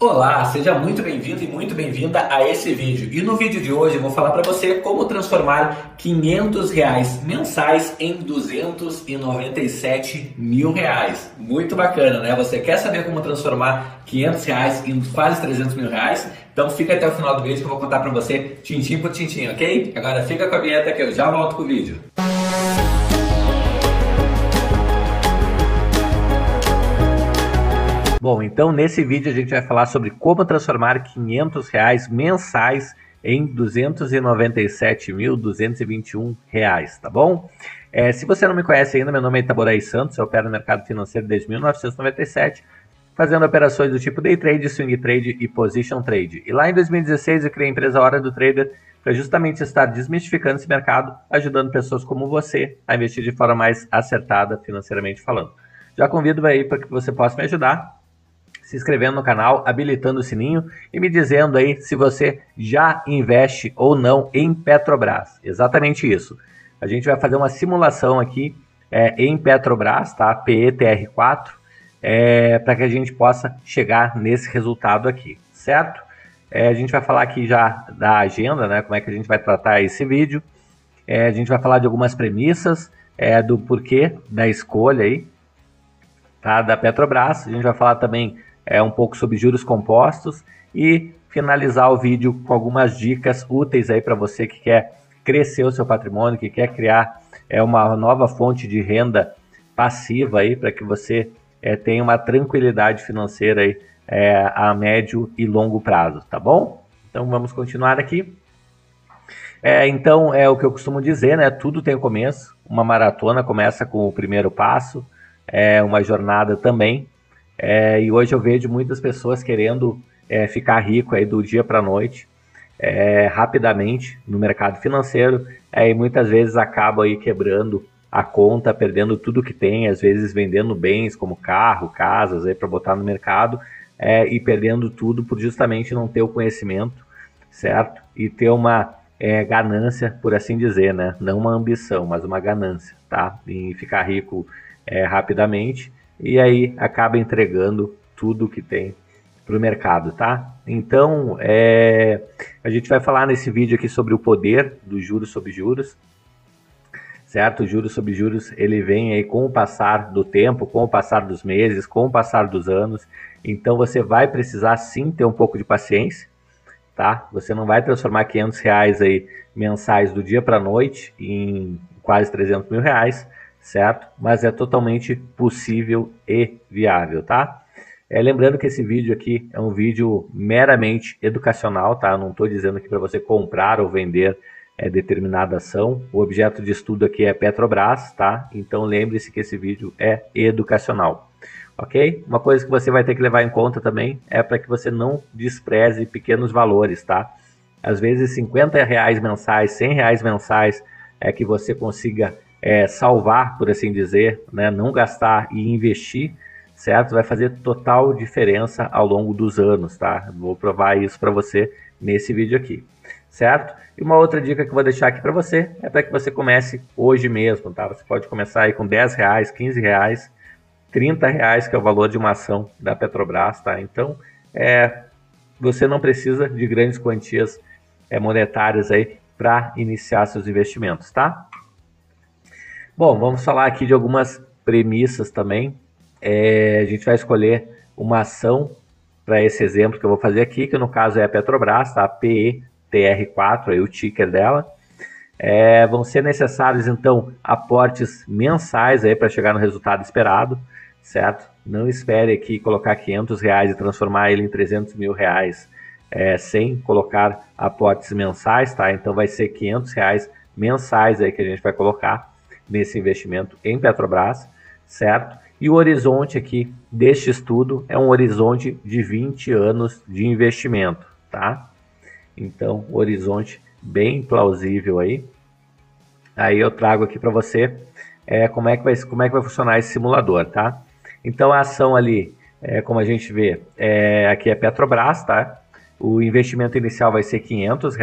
Olá, seja muito bem-vindo e muito bem-vinda a esse vídeo. E no vídeo de hoje eu vou falar para você como transformar R$ 500 mensais em R$ 297 mil. Muito bacana, né? Você quer saber como transformar R$ 500 em quase R$ 300 mil? Então fica até o final do vídeo que eu vou contar para você tintim por tintim, ok? Agora fica com a vinheta que eu já volto com o vídeo. Bom, então nesse vídeo a gente vai falar sobre como transformar R$ 500 mensais em R$ 297.221, tá bom? Se você não me conhece ainda, meu nome é Itaboraí Santos, eu opero no mercado financeiro desde 1997, fazendo operações do tipo Day Trade, Swing Trade e Position Trade. E lá em 2016 eu criei a empresa Hora do Trader para justamente estar desmistificando esse mercado, ajudando pessoas como você a investir de forma mais acertada financeiramente falando. Já convido aí para que você possa me ajudar se inscrevendo no canal, habilitando o sininho e me dizendo aí se você já investe ou não em Petrobras. Exatamente isso. A gente vai fazer uma simulação aqui em Petrobras, tá? PETR4, para que a gente possa chegar nesse resultado aqui, certo? A gente vai falar aqui já da agenda, né? Como é que a gente vai tratar esse vídeo. A gente vai falar de algumas premissas, do porquê da escolha aí, tá? Da Petrobras. A gente vai falar também um pouco sobre juros compostos e finalizar o vídeo com algumas dicas úteis aí para você que quer crescer o seu patrimônio, que quer criar uma nova fonte de renda passiva aí para que você tenha uma tranquilidade financeira aí a médio e longo prazo, tá bom? Então vamos continuar aqui. Então é o que eu costumo dizer, né? Tudo tem um começo. Uma maratona começa com o primeiro passo, uma jornada também. E hoje eu vejo muitas pessoas querendo ficar rico aí do dia para a noite, rapidamente no mercado financeiro, e muitas vezes acaba aí quebrando a conta, perdendo tudo que tem, às vezes vendendo bens como carro, casas para botar no mercado, e perdendo tudo por justamente não ter o conhecimento, certo? E ter uma ganância, por assim dizer, né? Não uma ambição, mas uma ganância, tá? Em ficar rico rapidamente. E aí acaba entregando tudo que tem para o mercado, tá? Então, a gente vai falar nesse vídeo aqui sobre o poder do juros sobre juros, certo? O juros sobre juros, ele vem aí com o passar do tempo, com o passar dos meses, com o passar dos anos. Então, você vai precisar sim ter um pouco de paciência, tá? Você não vai transformar R$ 500 aí mensais do dia para a noite em quase R$ 300 mil, certo? Mas é totalmente possível e viável, tá? Lembrando que esse vídeo aqui é um vídeo meramente educacional, tá? Eu não estou dizendo aqui para você comprar ou vender determinada ação. O objeto de estudo aqui é Petrobras, tá? Então lembre-se que esse vídeo é educacional, ok? Uma coisa que você vai ter que levar em conta também é para que você não despreze pequenos valores, tá? Às vezes R$ 50 mensais, R$ 100 mensais que você consiga salvar, por assim dizer, né? Não gastar e investir, certo? Vai fazer total diferença ao longo dos anos, tá? Vou provar isso para você nesse vídeo aqui, certo? E uma outra dica que eu vou deixar aqui para você é para que você comece hoje mesmo, tá? Você pode começar aí com R$ 10, R$ 15, R$ 30, que é o valor de uma ação da Petrobras, tá? Então, você não precisa de grandes quantias monetárias aí para iniciar seus investimentos, tá? Bom, vamos falar aqui de algumas premissas também. A gente vai escolher uma ação para esse exemplo que eu vou fazer aqui, que no caso é a Petrobras, tá? PETR4, aí o ticker dela. Vão ser necessários, então, aportes mensais para chegar no resultado esperado, certo? Não espere aqui colocar R$ 500 e transformar ele em R$ 300 mil sem colocar aportes mensais, tá? Então vai ser R$ 500 mensais aí que a gente vai colocar nesse investimento em Petrobras, certo? E o horizonte aqui deste estudo é um horizonte de 20 anos de investimento, tá? Então, horizonte bem plausível aí. Aí eu trago aqui para você como é que vai funcionar esse simulador, tá? Então, a ação ali, como a gente vê, aqui é Petrobras, tá? O investimento inicial vai ser R$ 500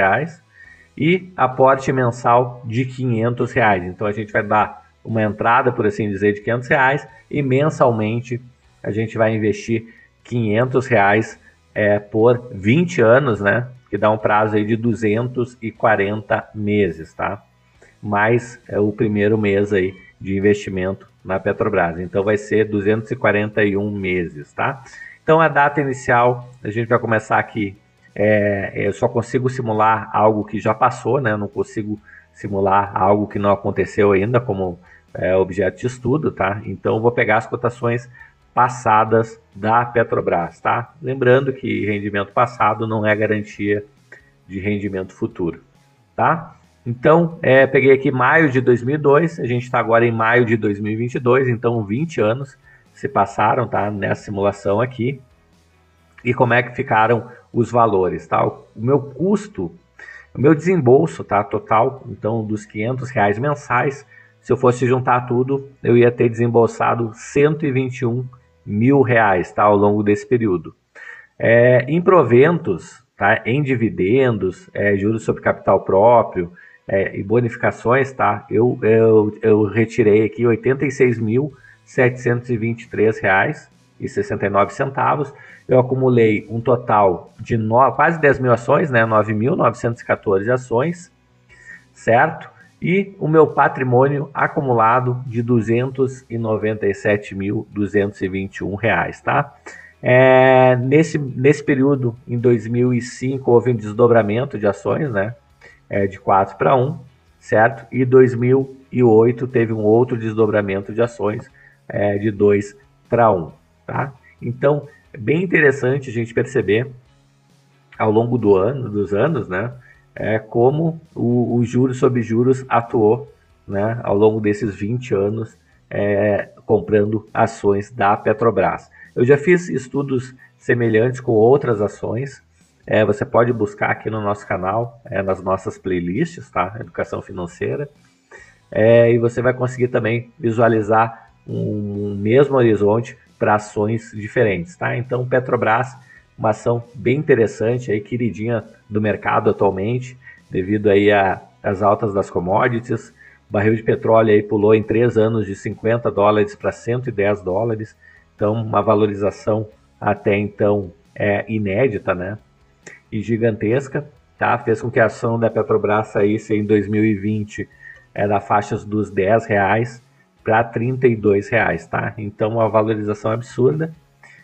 e aporte mensal de R$ 500. Então a gente vai dar uma entrada, por assim dizer, de R$ 500 e mensalmente a gente vai investir R$ 500 por 20 anos, né? Que dá um prazo aí de 240 meses, tá? Mais o primeiro mês aí de investimento na Petrobras. Então vai ser 241 meses, tá? Então a data inicial, a gente vai começar aqui. Eu só consigo simular algo que já passou, né? Eu não consigo simular algo que não aconteceu ainda como objeto de estudo, tá? Então eu vou pegar as cotações passadas da Petrobras, tá? Lembrando que rendimento passado não é garantia de rendimento futuro, tá? Então, peguei aqui maio de 2002, a gente está agora em maio de 2022, então 20 anos se passaram, tá? Nessa simulação aqui. E como é que ficaram os valores, tá? O meu custo, o meu desembolso, tá? Total, então, dos R$ 500 mensais, se eu fosse juntar tudo, eu ia ter desembolsado R$ 121 mil, tá? Ao longo desse período. Em proventos, tá? Em dividendos, juros sobre capital próprio e bonificações, tá? Eu retirei aqui R$ 86.723,69. Eu acumulei um total de quase 10 mil ações, né? 9.914 ações, certo? E o meu patrimônio acumulado de R$ 297.221, tá? Nesse período, em 2005, houve um desdobramento de ações, né? De 4 para 1, certo? E 2008 teve um outro desdobramento de ações de 2 para 1, tá? Então, é bem interessante a gente perceber ao longo dos anos, né? Como o juros sobre juros atuou, né? Ao longo desses 20 anos comprando ações da Petrobras. Eu já fiz estudos semelhantes com outras ações. Você pode buscar aqui no nosso canal, nas nossas playlists, tá? Educação financeira. E você vai conseguir também visualizar um mesmo horizonte para ações diferentes, tá? Então, Petrobras, uma ação bem interessante, aí, queridinha do mercado atualmente, devido aí às altas das commodities. O barril de petróleo aí pulou em 3 anos de $50 para $110, então uma valorização até então inédita, né? E gigantesca, tá? Fez com que a ação da Petrobras saísse em 2020 da faixa dos R$ 10 para R$ 32, tá? Então uma valorização absurda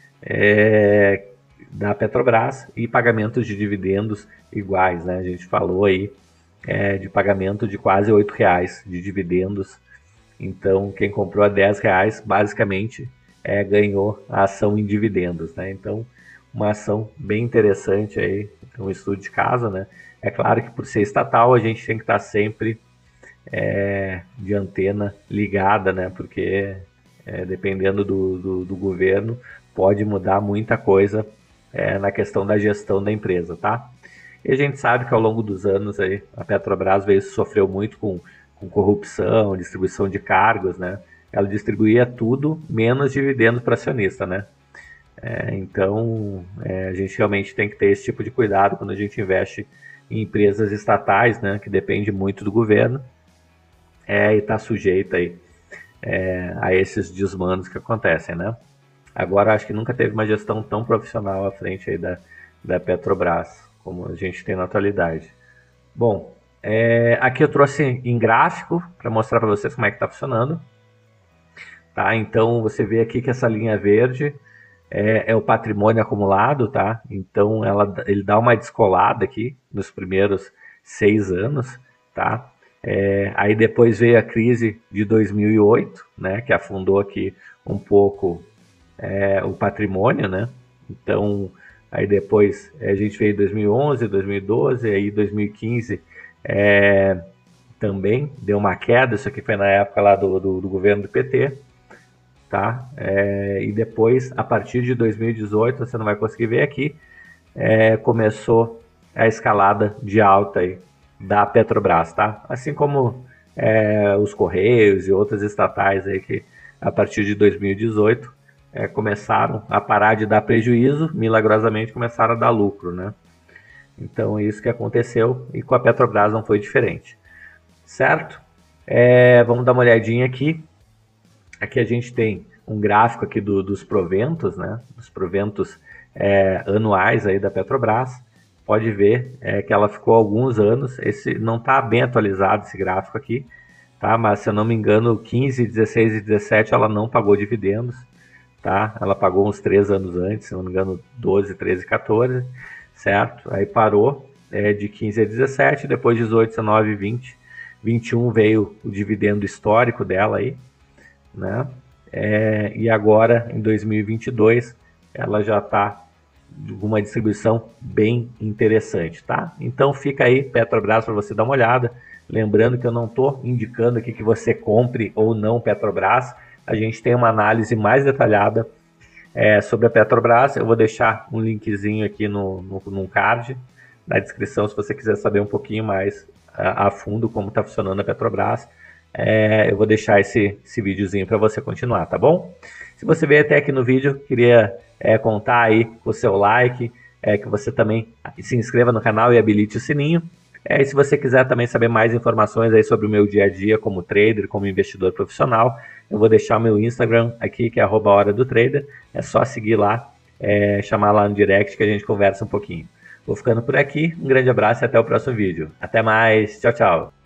da Petrobras e pagamentos de dividendos iguais, né? A gente falou aí de pagamento de quase R$ 8 de dividendos. Então quem comprou a R$ 10 basicamente ganhou a ação em dividendos, né? Então uma ação bem interessante aí, um estudo de caso, né? É claro que por ser estatal a gente tem que estar sempre de antena ligada, né? Porque dependendo do governo pode mudar muita coisa na questão da gestão da empresa, tá? E a gente sabe que ao longo dos anos aí, a Petrobras sofreu muito com corrupção, distribuição de cargos, né? Ela distribuía tudo menos dividendos para acionista, né? Então, a gente realmente tem que ter esse tipo de cuidado quando a gente investe em empresas estatais, né? Que depende muito do governo e está sujeita aí, a esses desmandos que acontecem, né? Agora, acho que nunca teve uma gestão tão profissional à frente aí da Petrobras, como a gente tem na atualidade. Bom, aqui eu trouxe em gráfico para mostrar para vocês como é que está funcionando. Tá? Então, você vê aqui que essa linha verde é o patrimônio acumulado, tá? Então, ele dá uma descolada aqui nos primeiros 6 anos, tá? Aí depois veio a crise de 2008, né? Que afundou aqui um pouco o patrimônio, né? Então, aí depois a gente veio 2011, 2012, aí 2015 também deu uma queda. Isso aqui foi na época lá do governo do PT, tá? E depois, a partir de 2018, você não vai conseguir ver aqui, começou a escalada de alta aí da Petrobras, tá? Assim como os Correios e outras estatais aí que a partir de 2018 começaram a parar de dar prejuízo, milagrosamente começaram a dar lucro, né? Então isso que aconteceu e com a Petrobras não foi diferente, certo? Vamos dar uma olhadinha aqui. Aqui a gente tem um gráfico aqui dos proventos, né? Os proventos anuais aí da Petrobras, pode ver que ela ficou alguns anos, não está bem atualizado esse gráfico aqui, tá? Mas se eu não me engano, 15, 16 e 17 ela não pagou dividendos, tá? Ela pagou uns 3 anos antes, se não me engano, 12, 13, 14, certo? Aí parou de 15 a 17, depois 18, 19, 20, 21 veio o dividendo histórico dela aí, né? E agora, em 2022, ela já está com uma distribuição bem interessante, tá? Então fica aí, Petrobras, para você dar uma olhada. Lembrando que eu não estou indicando aqui que você compre ou não Petrobras. A gente tem uma análise mais detalhada sobre a Petrobras. Eu vou deixar um linkzinho aqui no card da descrição se você quiser saber um pouquinho mais a fundo como está funcionando a Petrobras. Eu vou deixar esse videozinho para você continuar, tá bom? Se você veio até aqui no vídeo, queria contar aí com o seu like, que você também se inscreva no canal e habilite o sininho. E se você quiser também saber mais informações aí sobre o meu dia a dia como trader, como investidor profissional, eu vou deixar o meu Instagram aqui, que é @hora-do-trader. É só seguir lá, chamar lá no direct que a gente conversa um pouquinho. Vou ficando por aqui, um grande abraço e até o próximo vídeo. Até mais, tchau, tchau.